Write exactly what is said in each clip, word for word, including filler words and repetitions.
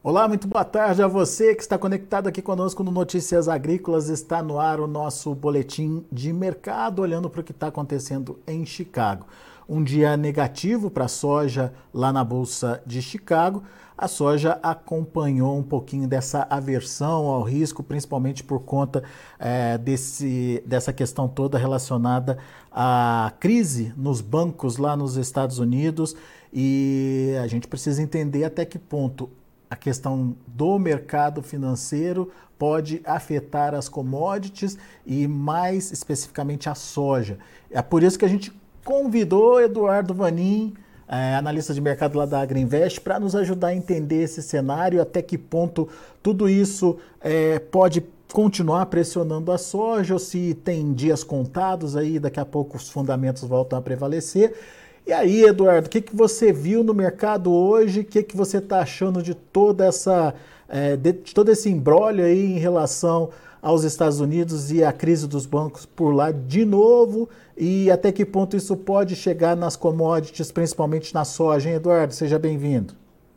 Olá, muito boa tarde a você que está conectado aqui conosco no Notícias Agrícolas. Está no ar o nosso boletim de mercado, olhando para o que está acontecendo em Chicago. Um dia negativo para a soja lá na Bolsa de Chicago. A soja acompanhou um pouquinho dessa aversão ao risco, principalmente por conta é, desse, dessa questão toda relacionada à crise nos bancos lá nos Estados Unidos. E a gente precisa entender até que ponto a questão do mercado financeiro pode afetar as commodities e mais especificamente a soja. É por isso que a gente convidou Eduardo Vanin, é, analista de mercado lá da Agriinvest, para nos ajudar a entender esse cenário, até que ponto tudo isso é, pode continuar pressionando a soja, ou se tem dias contados aí, daqui a pouco os fundamentos voltam a prevalecer. E aí, Eduardo, o que, que você viu no mercado hoje? O que, que você está achando de toda essa, é, de, de todo esse imbróglio aí em relação aos Estados Unidos e a crise dos bancos por lá de novo? E até que ponto isso pode chegar nas commodities, principalmente na soja, hein, Eduardo? Seja bem-vindo.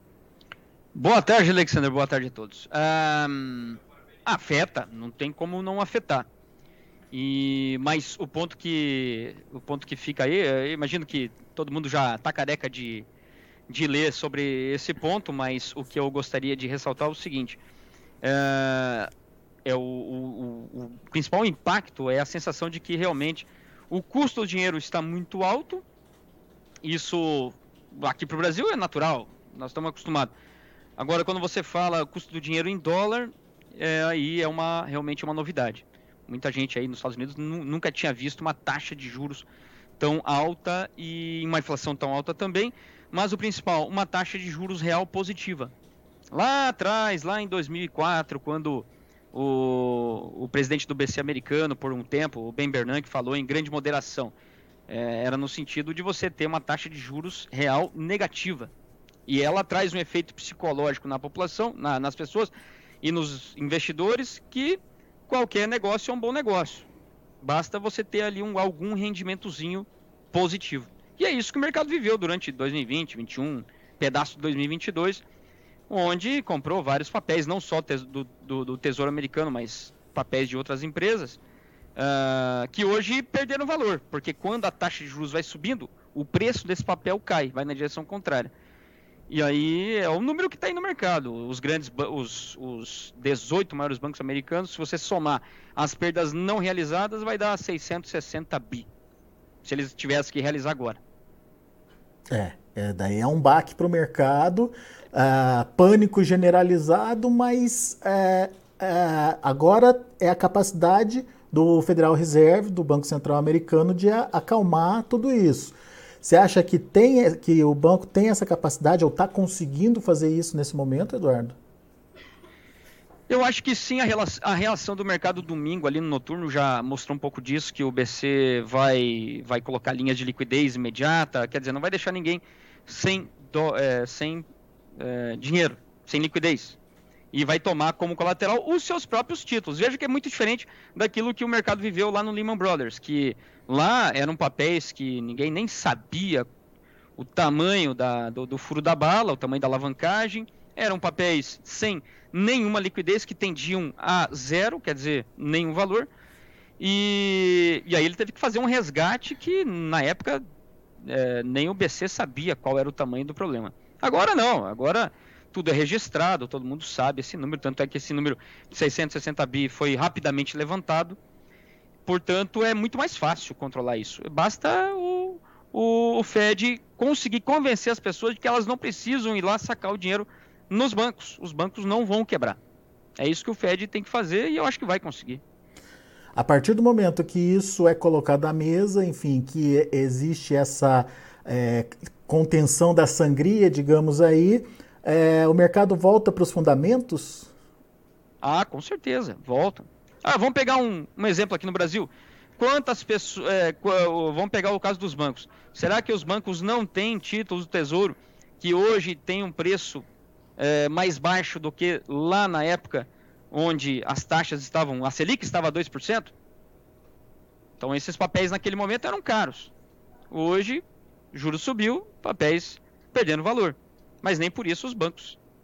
Boa tarde, Alexander. Boa tarde a todos. Um, afeta, não tem como não afetar. E, mas o ponto que o ponto que fica aí, eu imagino que todo mundo já está careca de, de ler sobre esse ponto, mas o que eu gostaria de ressaltar é o seguinte: é, é o, o, o principal impacto é a sensação de que realmente o custo do dinheiro está muito alto. Isso aqui para o Brasil é natural, nós estamos acostumados. Agora, quando você fala custo do dinheiro em dólar, é, aí é uma, realmente uma novidade. Muita gente aí nos Estados Unidos nunca tinha visto uma taxa de juros tão alta e uma inflação tão alta também, mas o principal, uma taxa de juros real positiva. Lá atrás, lá em dois mil e quatro, quando o, o presidente do B C americano, por um tempo, o Ben Bernanke, falou em grande moderação, é, era no sentido de você ter uma taxa de juros real negativa. E ela traz um efeito psicológico na população, na, nas pessoas e nos investidores, que qualquer negócio é um bom negócio. Basta você ter ali um, algum rendimentozinho positivo. E é isso que o mercado viveu durante dois mil e vinte, vinte e um, pedaço de dois mil e vinte e dois, onde comprou vários papéis, não só do, do, do Tesouro Americano, mas papéis de outras empresas, uh, que hoje perderam valor, porque quando a taxa de juros vai subindo, o preço desse papel cai, vai na direção contrária. E aí é o número que está aí no mercado. Os grandes, os, os dezoito maiores bancos americanos, se você somar as perdas não realizadas, vai dar seiscentos e sessenta bi. Se eles tivessem que realizar agora. É, é daí é um baque para o mercado, uh, pânico generalizado, mas é, é, agora é a capacidade do Federal Reserve, do Banco Central Americano, de a, acalmar tudo isso. Você acha que, tem, que o banco tem essa capacidade ou está conseguindo fazer isso nesse momento, Eduardo? Eu acho que sim, a, a reação do mercado domingo ali no noturno já mostrou um pouco disso, que o B C vai, vai colocar linhas de liquidez imediata, quer dizer, não vai deixar ninguém sem, do, é, sem é, dinheiro, sem liquidez. E vai tomar como colateral os seus próprios títulos. Veja que é muito diferente daquilo que o mercado viveu lá no Lehman Brothers, que lá eram papéis que ninguém nem sabia o tamanho da, do, do furo da bala, o tamanho da alavancagem. Eram papéis sem nenhuma liquidez, que tendiam a zero, quer dizer, nenhum valor. E, e aí ele teve que fazer um resgate que, na época, é, nem o B C sabia qual era o tamanho do problema. Agora não, agora tudo é registrado, todo mundo sabe esse número, tanto é que esse número de seiscentos e sessenta bi foi rapidamente levantado, portanto é muito mais fácil controlar isso. Basta o, o, o Fed conseguir convencer as pessoas de que elas não precisam ir lá sacar o dinheiro nos bancos, os bancos não vão quebrar. É isso que o Fed tem que fazer e eu acho que vai conseguir. A partir do momento que isso é colocado à mesa, enfim, que existe essa é, contenção da sangria, digamos aí, É, o mercado volta para os fundamentos? Ah, com certeza, voltam. Ah, vamos pegar um, um exemplo aqui no Brasil. Quantas pessoas... É, vamos pegar o caso dos bancos. Será que os bancos não têm títulos do Tesouro que hoje tem um preço é, mais baixo do que lá na época onde as taxas estavam... A Selic estava a dois por cento? Então esses papéis naquele momento eram caros. Hoje, juros subiu, papéis perdendo valor. Mas nem por isso os bancos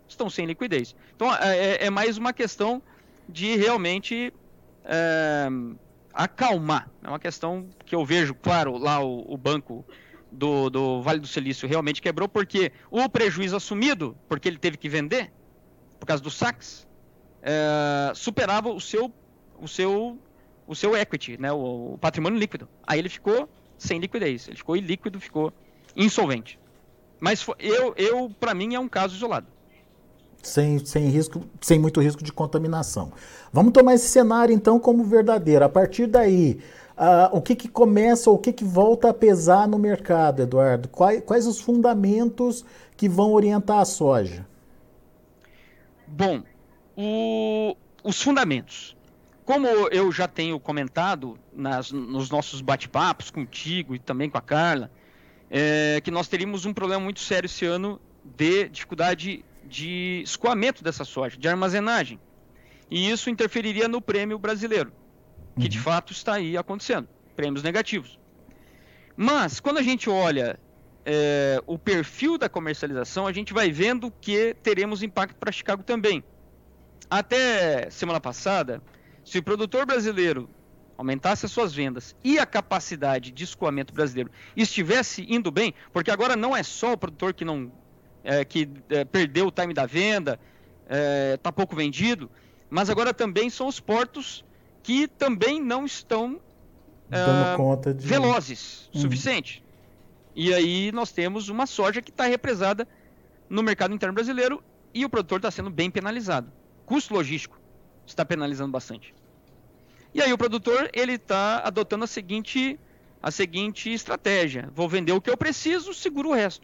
estão sem liquidez. Então é, é mais uma questão de realmente é, acalmar. É uma questão que eu vejo, claro, lá o, o banco do, do Vale do Silício realmente quebrou, porque o prejuízo assumido, porque ele teve que vender, por causa dos saques, é, superava o seu, o seu, o seu equity, né, o, o patrimônio líquido. Aí ele ficou sem liquidez, ele ficou ilíquido, ficou insolvente. Mas eu, eu para mim, é um caso isolado. Sem, sem, risco, sem muito risco de contaminação. Vamos tomar esse cenário, então, como verdadeiro. A partir daí, uh, o que, que começa, o que, que volta a pesar no mercado, Eduardo? Quais, quais os fundamentos que vão orientar a soja? Bom, o, os fundamentos. Como eu já tenho comentado nas, nos nossos bate-papos contigo e também com a Carla, é, que nós teríamos um problema muito sério esse ano de dificuldade de escoamento dessa soja, de armazenagem. E isso interferiria no prêmio brasileiro, que uhum. de fato está aí acontecendo, prêmios negativos. Mas, quando a gente olha é, o perfil da comercialização, a gente vai vendo que teremos impacto para Chicago também. Até semana passada, se o produtor brasileiro aumentasse as suas vendas e a capacidade de escoamento brasileiro estivesse indo bem, porque agora não é só o produtor que não É, que é, perdeu o time da venda, está é, pouco vendido, mas agora também são os portos que também não estão dando é, conta de... velozes o uhum. suficiente. E aí nós temos uma soja que está represada no mercado interno brasileiro e o produtor está sendo bem penalizado. Custo logístico está penalizando bastante. E aí o produtor ele está adotando a seguinte, a seguinte estratégia: vou vender o que eu preciso, seguro o resto.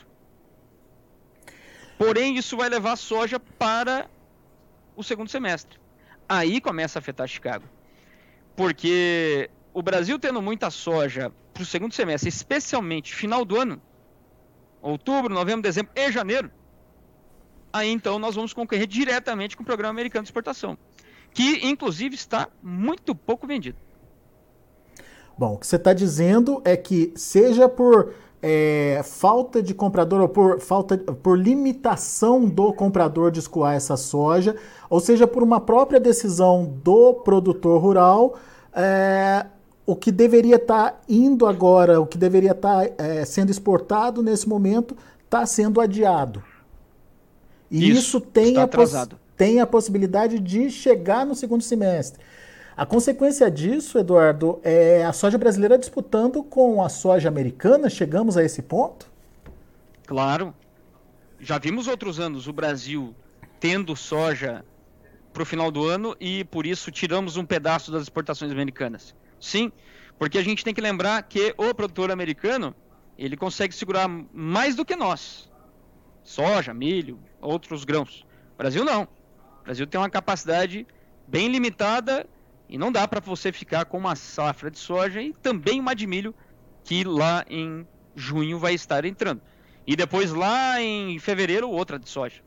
Porém, isso vai levar a soja para o segundo semestre. Aí começa a afetar Chicago. Porque o Brasil tendo muita soja para o segundo semestre, especialmente final do ano, outubro, novembro, dezembro e janeiro, aí então nós vamos concorrer diretamente com o Programa Americano de Exportação, que inclusive está muito pouco vendido. Bom, o que você está dizendo é que seja por... É, falta de comprador ou por, falta, por limitação do comprador de escoar essa soja, ou seja, por uma própria decisão do produtor rural, é, o que deveria estar tá indo agora, o que deveria estar tá, é, sendo exportado nesse momento, está sendo adiado. E isso, isso tem, a tem a possibilidade de chegar no segundo semestre. A consequência disso, Eduardo, é a soja brasileira disputando com a soja americana. Chegamos a esse ponto? Claro. Já vimos outros anos o Brasil tendo soja para o final do ano e, por isso, tiramos um pedaço das exportações americanas. Sim, porque a gente tem que lembrar que o produtor americano, ele consegue segurar mais do que nós. Soja, milho, outros grãos. O Brasil não. O Brasil tem uma capacidade bem limitada. E não dá para você ficar com uma safra de soja e também uma de milho, que lá em junho vai estar entrando. E depois lá em fevereiro, outra de soja.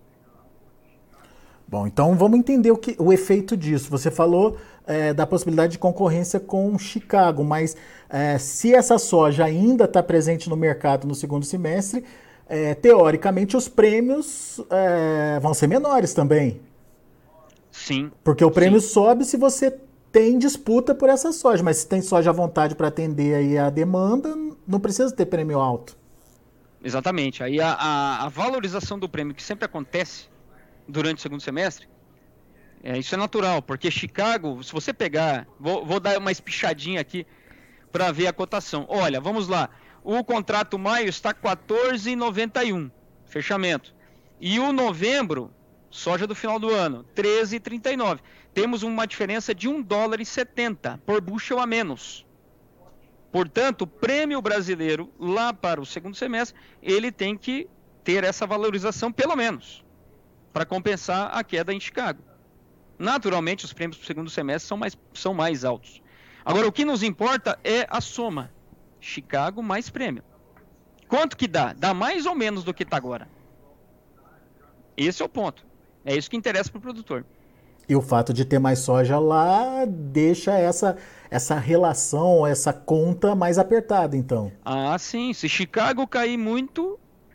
Bom, então vamos entender o, que, o efeito disso. Você falou é, da possibilidade de concorrência com Chicago, mas é, se essa soja ainda está presente no mercado no segundo semestre, é, teoricamente os prêmios é, vão ser menores também. Sim. Porque o prêmio sim. sobe se você tem disputa por essa soja, mas se tem soja à vontade para atender aí a demanda, não precisa ter prêmio alto. Exatamente. Aí a, a, a valorização do prêmio que sempre acontece durante o segundo semestre, é, isso é natural, porque Chicago, se você pegar, vou, vou dar uma espichadinha aqui para ver a cotação. Olha, vamos lá. O contrato maio está quatorze reais e noventa e um, fechamento. E o novembro, soja do final do ano, treze reais e trinta e nove. Temos uma diferença de um dólar e setenta por bushel a menos. Portanto, o prêmio brasileiro, lá para o segundo semestre, ele tem que ter essa valorização, pelo menos, para compensar a queda em Chicago. Naturalmente, os prêmios para o segundo semestre são mais, são mais altos. Agora, o que nos importa é a soma. Chicago mais prêmio. Quanto que dá? Dá mais ou menos do que está agora? Esse é o ponto. É isso que interessa para o produtor. E o fato de ter mais soja lá deixa essa, essa relação, essa conta mais apertada, então. Ah, sim. Se Chicago cair muito,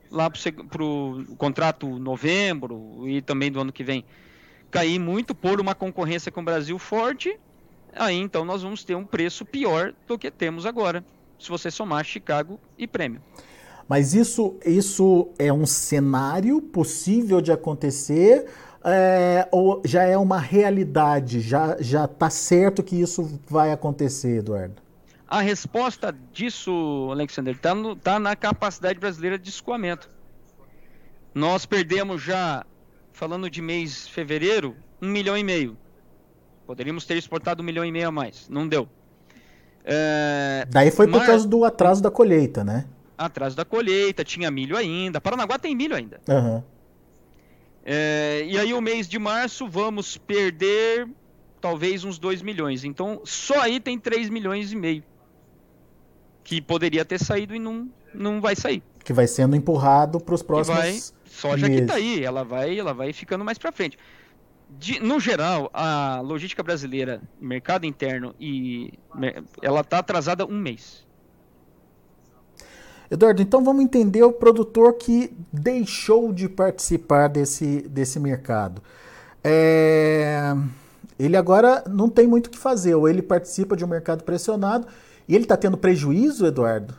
lá para o contrato novembro e também do ano que vem cair muito, por uma concorrência com o Brasil forte, aí então nós vamos ter um preço pior do que temos agora, se você somar Chicago e prêmio. Mas isso, isso é um cenário possível de acontecer, é, ou já é uma realidade? Já já está certo que isso vai acontecer, Eduardo? A resposta disso, Alexander, está tá na capacidade brasileira de escoamento. Nós perdemos já, falando de mês de fevereiro, um milhão e meio. Poderíamos ter exportado um milhão e meio a mais. Não deu. É, Daí foi por mar... causa do atraso da colheita, né? Atraso da colheita, tinha milho ainda. Paranaguá tem milho ainda. Uhum. É, e aí o mês de março vamos perder talvez uns dois milhões. Então só aí tem três milhões e meio. Que poderia ter saído e não, não vai sair. Que vai sendo empurrado para os próximos vai, soja meses. que está aí, ela vai, ela vai ficando mais para frente. De, no geral, a logística brasileira, mercado interno, e ela está atrasada um mês. Eduardo, então vamos entender o produtor que deixou de participar desse, desse mercado. É, ele agora não tem muito o que fazer, ou ele participa de um mercado pressionado. E ele está tendo prejuízo, Eduardo?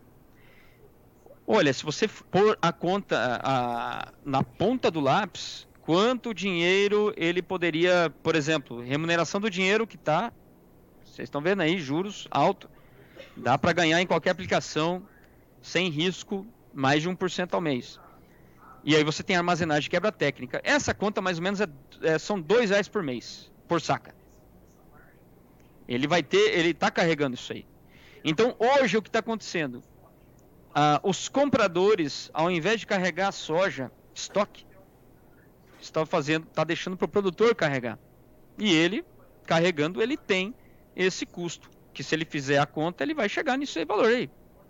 Olha, se você pôr a conta a, na ponta do lápis, quanto dinheiro ele poderia, por exemplo, remuneração do dinheiro que está, vocês estão vendo aí, juros alto, dá para ganhar em qualquer aplicação, sem risco, mais de um por cento ao mês. E aí você tem armazenagem de quebra técnica. Essa conta mais ou menos é, é, são dois reais por mês, por saca. Ele vai ter, ele está carregando isso aí. Então, hoje, o que está acontecendo? Ah, os compradores, ao invés de carregar a soja, estoque, estão fazendo, está deixando para o produtor carregar. E ele, carregando, ele tem esse custo, que se ele fizer a conta, ele vai chegar nesse valor aí.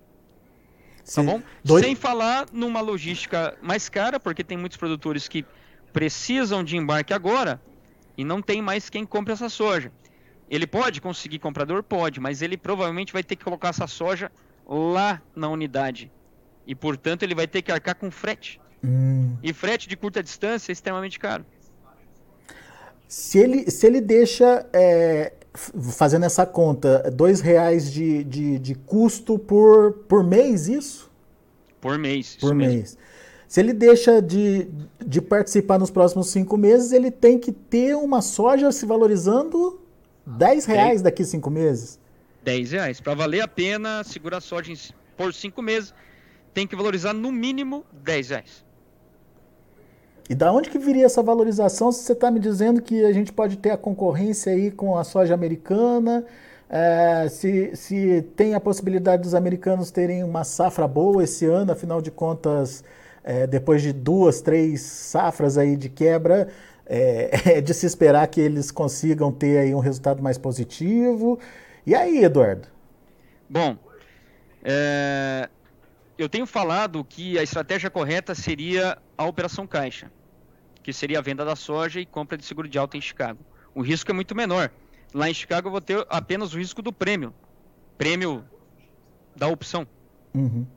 Tá bom? Dois... Sem falar numa logística mais cara, porque tem muitos produtores que precisam de embarque agora e não tem mais quem compre essa soja. Ele pode conseguir comprador? Pode, mas ele provavelmente vai ter que colocar essa soja lá na unidade. E, portanto, ele vai ter que arcar com frete. Hum. E frete de curta distância é extremamente caro. Se ele, se ele deixa, é, fazendo essa conta, dois reais de, de, de custo por, por mês, isso? Por mês, Por isso mês. mesmo. Se ele deixa de, de participar nos próximos cinco meses, ele tem que ter uma soja se valorizando dez reais daqui a cinco meses? dez reais. Para valer a pena segurar a soja por cinco meses, tem que valorizar no mínimo dez reais. E da onde que viria essa valorização se você está me dizendo que a gente pode ter a concorrência aí com a soja americana, é, se, se tem a possibilidade dos americanos terem uma safra boa esse ano, afinal de contas, é, depois de duas, três safras aí de quebra, é, é de se esperar que eles consigam ter aí um resultado mais positivo. E aí, Eduardo? Bom, é, eu tenho falado que a estratégia correta seria a operação caixa, que seria a venda da soja e compra de seguro de alta em Chicago. O risco é muito menor. Lá em Chicago eu vou ter apenas o risco do prêmio, prêmio da opção. Uhum.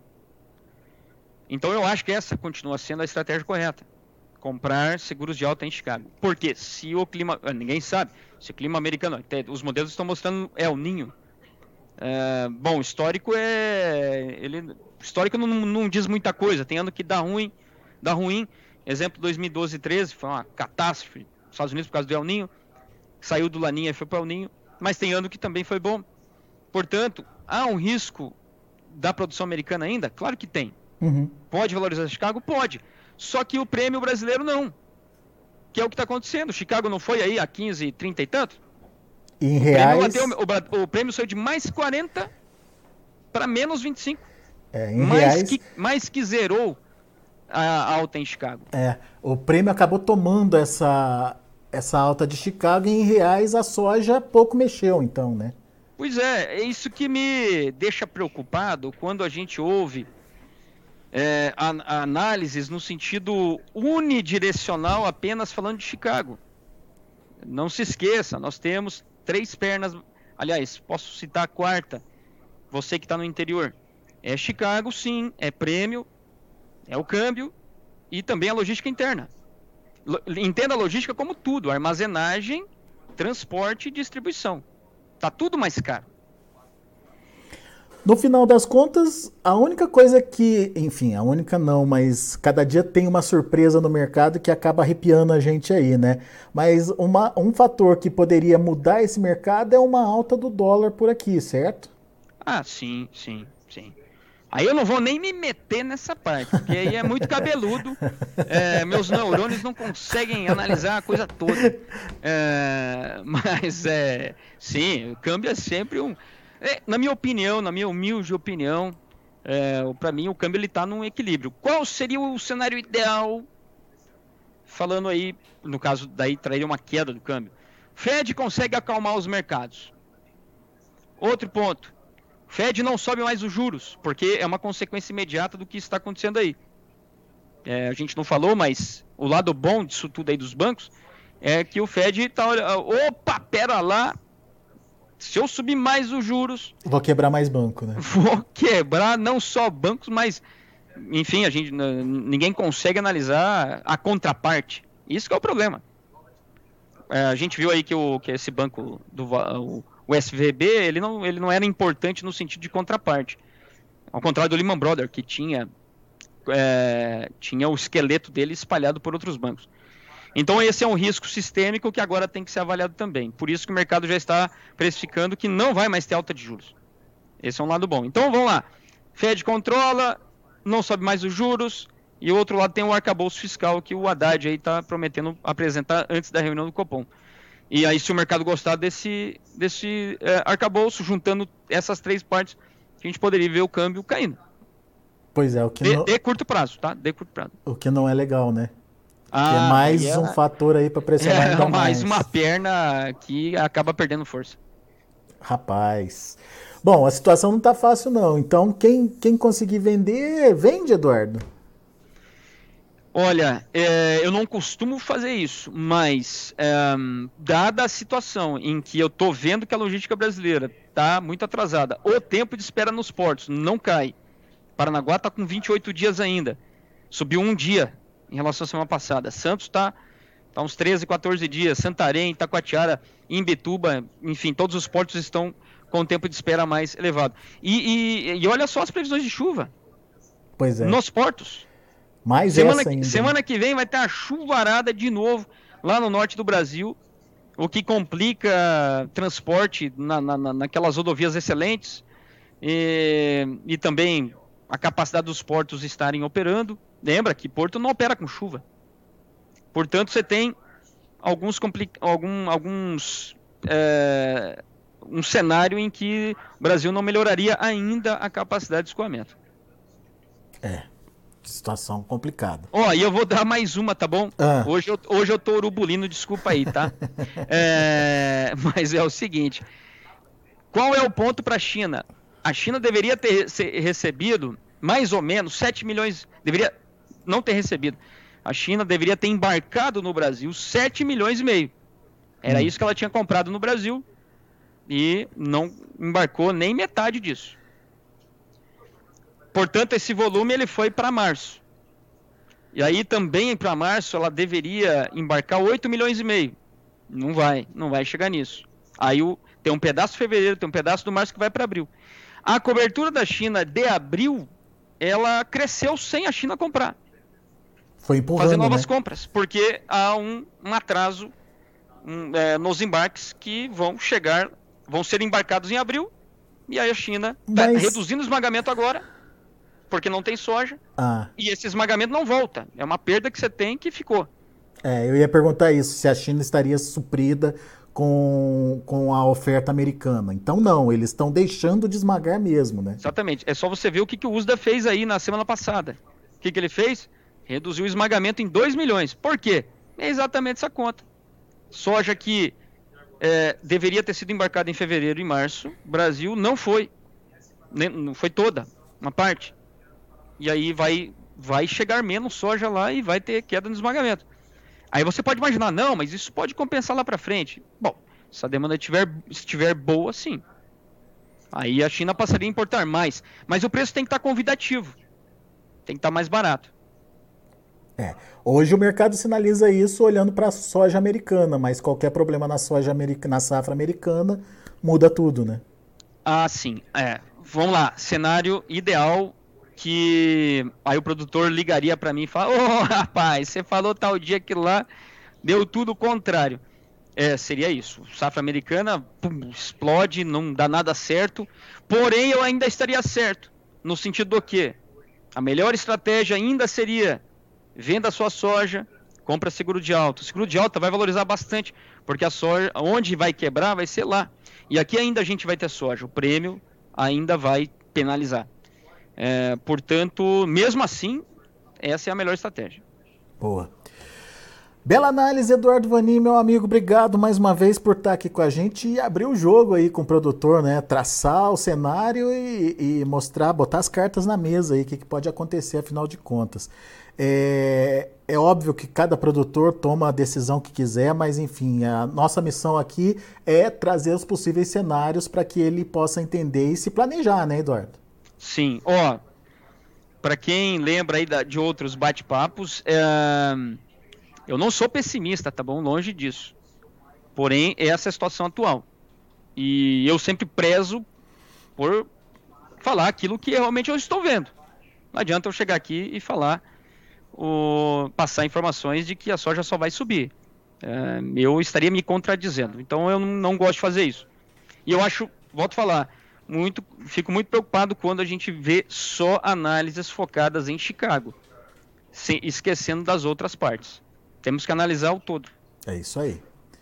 Então eu acho que essa continua sendo a estratégia correta. Comprar seguros de alta em Chicago. Porque se o clima... Ninguém sabe. Se o clima americano... Até os modelos estão mostrando El Ninho. É, bom, histórico é... Ele, histórico não, não diz muita coisa. Tem ano que dá ruim. Dá ruim. Exemplo, dois mil e doze e treze. Foi uma catástrofe. Nos Estados Unidos por causa do El Ninho. Saiu do Laninha e foi para o El Ninho. Mas tem ano que também foi bom. Portanto, há um risco da produção americana ainda? Claro que tem. Uhum. Pode valorizar Chicago? Pode. Só que o prêmio brasileiro não. Que é o que está acontecendo. Chicago não foi aí a quinze, trinta e tanto? Em o reais... Prêmio bateu, o, o prêmio saiu de mais quarenta para menos vinte e cinco. É, em mais, reais... que, mais que zerou a alta em Chicago. É, o prêmio acabou tomando essa, essa alta de Chicago e em reais a soja pouco mexeu, então, né? Pois é, é isso que me deixa preocupado quando a gente ouve É, a, a análises no sentido unidirecional apenas falando de Chicago. Não se esqueça, nós temos três pernas, aliás, posso citar a quarta, você que está no interior. É Chicago, sim, é prêmio, É o câmbio e também a logística interna. Entenda a logística como tudo, armazenagem, transporte e distribuição. Tá tudo mais caro. No final das contas, a única coisa que, enfim, a única não, mas cada dia tem uma surpresa no mercado que acaba arrepiando a gente aí, né? Mas uma, um fator que poderia mudar esse mercado é uma alta do dólar por aqui, certo? Ah, sim, sim, sim. Aí eu não vou nem me meter nessa parte, porque aí é muito cabeludo. É, meus neurônios não conseguem analisar a coisa toda. É, mas, é, sim, o câmbio é sempre um... É, na minha opinião, na minha humilde opinião, é, para mim o câmbio está num equilíbrio. Qual seria o cenário ideal? Falando aí, no caso daí traria uma queda do câmbio. Fed consegue acalmar os mercados. Outro ponto. Fed não sobe mais os juros, porque é uma consequência imediata do que está acontecendo aí. É, a gente não falou, mas o lado bom disso tudo aí dos bancos é que o Fed está... Opa, pera lá, se eu subir mais os juros... Vou quebrar mais banco, né? Vou quebrar não só bancos, mas... Enfim, a gente, ninguém consegue analisar a contraparte. Isso que é o problema. É, a gente viu aí que, o, que esse banco, do, o, o S V B, ele não, ele não era importante no sentido de contraparte. Ao contrário do Lehman Brothers, que tinha, é, tinha o esqueleto dele espalhado por outros bancos. Então esse é um risco sistêmico que agora tem que ser avaliado também. Por isso que o mercado já está precificando que não vai mais ter alta de juros. Esse é um lado bom. Então vamos lá. Fed controla, não sobe mais os juros, e o outro lado tem o arcabouço fiscal que o Haddad aí está prometendo apresentar antes da reunião do Copom. E aí, se o mercado gostar desse, desse é, arcabouço, juntando essas três partes, a gente poderia ver o câmbio caindo. Pois é, o que de, não... de curto prazo, tá? De curto prazo. O que não é legal, né? Ah, que é mais é... um fator aí para pressionar é, ainda mais. mais. uma perna que acaba perdendo força. Rapaz. Bom, a situação não tá fácil não. Então, quem, quem conseguir vender, vende, Eduardo. Olha, é, eu não costumo fazer isso, mas é, dada a situação em que eu tô vendo que a logística brasileira tá muito atrasada, o tempo de espera nos portos não cai. Paranaguá tá com vinte e oito dias ainda. Subiu um dia em relação à semana passada. Santos está tá uns treze, quatorze dias. Santarém, Itacoatiara, Imbituba, enfim, todos os portos estão com o tempo de espera mais elevado. E, e, e olha só as previsões de chuva. Pois é. Nos portos. Mais semana, essa ainda. Semana que vem vai ter uma chuvarada de novo lá no norte do Brasil, o que complica transporte na, na, naquelas rodovias excelentes e, e também a capacidade dos portos estarem operando. Lembra que porto não opera com chuva. Portanto, você tem alguns, algum, alguns é, um cenário em que o Brasil não melhoraria ainda a capacidade de escoamento. É, situação complicada. Ó, oh, e eu vou dar mais uma, tá bom? Ah. Hoje, eu, hoje eu tô urubulino, desculpa aí, tá? é, mas é o seguinte, qual é o ponto para a China? A China deveria ter recebido mais ou menos sete milhões, deveria não ter recebido. A China deveria ter embarcado no Brasil sete milhões e meio. Era hum. isso que ela tinha comprado no Brasil e não embarcou nem metade disso. Portanto, esse volume ele foi para março. E aí também para março ela deveria embarcar oito milhões e meio. Não vai, não vai chegar nisso. Aí o, tem um pedaço de fevereiro, tem um pedaço do março que vai para abril. A cobertura da China de abril, ela cresceu sem a China comprar. Foi empurrando, fazer novas né? compras, porque há um, um atraso um, é, nos embarques que vão chegar, vão ser embarcados em abril, e aí a China está Mas... reduzindo o esmagamento agora, porque não tem soja, ah. e esse esmagamento não volta. É uma perda que você tem que ficou. É, eu ia perguntar isso, se a China estaria suprida com, com a oferta americana. Então não, eles estão deixando de esmagar mesmo, né? Exatamente. É só você ver o que, que o U S D A fez aí na semana passada. O que, que ele fez? Reduziu o esmagamento em dois milhões. Por quê? É exatamente essa conta. Soja que é, deveria ter sido embarcada em fevereiro e março, Brasil não foi. Nem, não foi toda, uma parte. E aí vai, vai chegar menos soja lá e vai ter queda no esmagamento. Aí você pode imaginar, não, mas isso pode compensar lá para frente. Bom, se a demanda estiver, estiver boa, sim. Aí a China passaria a importar mais. Mas o preço tem que estar convidativo. Tem que estar mais barato. É. Hoje o mercado sinaliza isso olhando para a soja americana, mas qualquer problema na soja americana, na safra americana, muda tudo, né? Ah, sim. É. Vamos lá. Cenário ideal que aí o produtor ligaria para mim e fala: ô, rapaz, você falou tal dia que lá deu tudo o contrário. É, seria isso. Safra americana, pum, explode, não dá nada certo. Porém, eu ainda estaria certo. No sentido do quê? A melhor estratégia ainda seria: venda a sua soja, compra seguro de alta. O seguro de alta vai valorizar bastante, porque a soja, onde vai quebrar, vai ser lá. E aqui ainda a gente vai ter soja. O prêmio ainda vai penalizar. É, portanto, mesmo assim, essa é a melhor estratégia. Boa. Bela análise, Eduardo Vanin, meu amigo. Obrigado mais uma vez por estar aqui com a gente e abrir o jogo aí com o produtor, né? Traçar o cenário e, e mostrar, botar as cartas na mesa aí, o que, que pode acontecer, afinal de contas. É, é óbvio que cada produtor toma a decisão que quiser, mas enfim, a nossa missão aqui é trazer os possíveis cenários para que ele possa entender e se planejar, né, Eduardo? Sim. Ó, para quem lembra aí da, de outros bate-papos, é... eu não sou pessimista, tá bom? Longe disso. Porém, essa é a situação atual. E eu sempre prezo por falar aquilo que realmente eu estou vendo. Não adianta eu chegar aqui e falar, o, passar informações de que a soja só vai subir. É, eu estaria me contradizendo. Então eu não, não gosto de fazer isso. E eu acho, volto a falar, muito, fico muito preocupado quando a gente vê só análises focadas em Chicago, sem, esquecendo das outras partes. Temos que analisar o todo. É isso aí.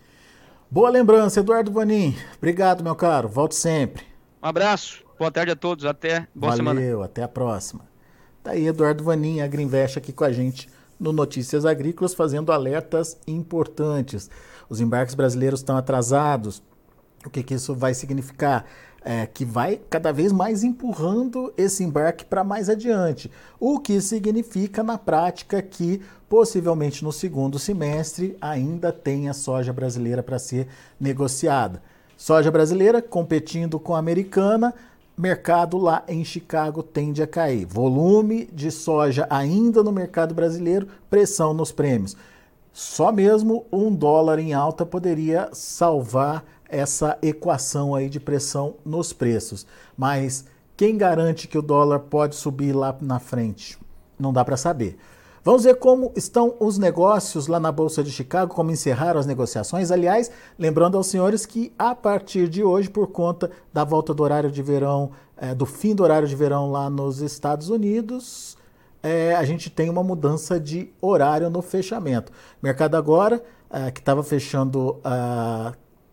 Boa lembrança, Eduardo Vanin. Obrigado, meu caro. Volte sempre. Um abraço. Boa tarde a todos. Até. Boa Valeu, semana. Valeu. Até a próxima. Tá aí Eduardo Vanin, Agriinvest, aqui com a gente no Notícias Agrícolas, fazendo alertas importantes. Os embarques brasileiros estão atrasados. O que, que isso vai significar? É, que vai cada vez mais empurrando esse embarque para mais adiante. O que significa, na prática, que possivelmente no segundo semestre ainda tem a soja brasileira para ser negociada. Soja brasileira competindo com a americana, mercado lá em Chicago tende a cair. Volume de soja ainda no mercado brasileiro, pressão nos prêmios. Só mesmo um dólar em alta poderia salvar essa equação aí de pressão nos preços. Mas quem garante que o dólar pode subir lá na frente? Não dá para saber. Vamos ver como estão os negócios lá na Bolsa de Chicago, como encerraram as negociações. Aliás, lembrando aos senhores que a partir de hoje, por conta da volta do horário de verão, é, do fim do horário de verão lá nos Estados Unidos, é, a gente tem uma mudança de horário no fechamento. O mercado agora, é, que estava fechando a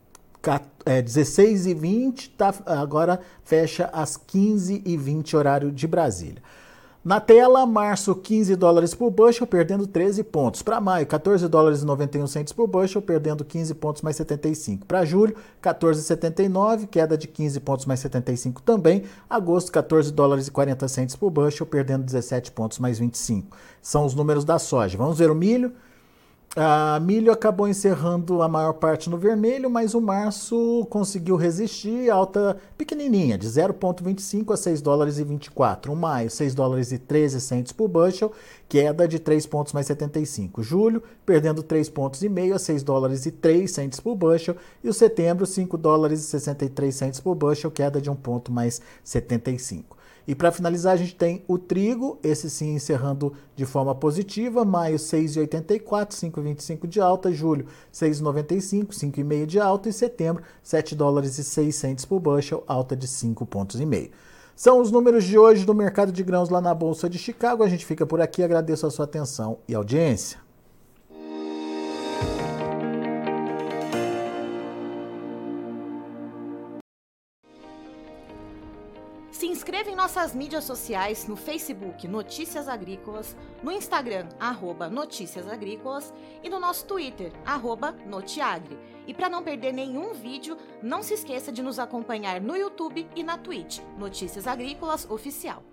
É, dezesseis e vinte, tá, agora fecha às quinze e vinte, horário de Brasília. Na tela, março, quinze dólares por bushel, perdendo treze pontos. Para maio, quatorze dólares e noventa e um centos por bushel, perdendo quinze pontos mais setenta e cinco. Para julho, quatorze e setenta e nove, queda de quinze pontos mais setenta e cinco também. Agosto, quatorze dólares e quarenta centos por bushel, perdendo dezessete pontos mais vinte e cinco. São os números da soja. Vamos ver o milho. A milho acabou encerrando a maior parte no vermelho, mas o março conseguiu resistir, alta pequenininha, de zero vírgula vinte e cinco a seis dólares e vinte e quatro. O maio, seis dólares e treze centos por bushel, queda de três pontos mais setenta e cinco. Julho, perdendo três pontos e meio a seis dólares e três centos por bushel. E o setembro, cinco dólares e sessenta e três centos por bushel, queda de um ponto mais setenta e cinco. E para finalizar, a gente tem o trigo, esse sim encerrando de forma positiva, maio seis vírgula oitenta e quatro, cinco vírgula vinte e cinco de alta, julho seis vírgula noventa e cinco, cinco vírgula cinco de alta e setembro sete dólares e seis centos por bushel, alta de cinco pontos e meio. São os números de hoje do mercado de grãos lá na Bolsa de Chicago. A gente fica por aqui, agradeço a sua atenção e audiência. Se inscreva em nossas mídias sociais, no Facebook Notícias Agrícolas, no Instagram, arroba Notícias Agrícolas e no nosso Twitter, arroba Notiagre. E para não perder nenhum vídeo, não se esqueça de nos acompanhar no YouTube e na Twitch, Notícias Agrícolas Oficial.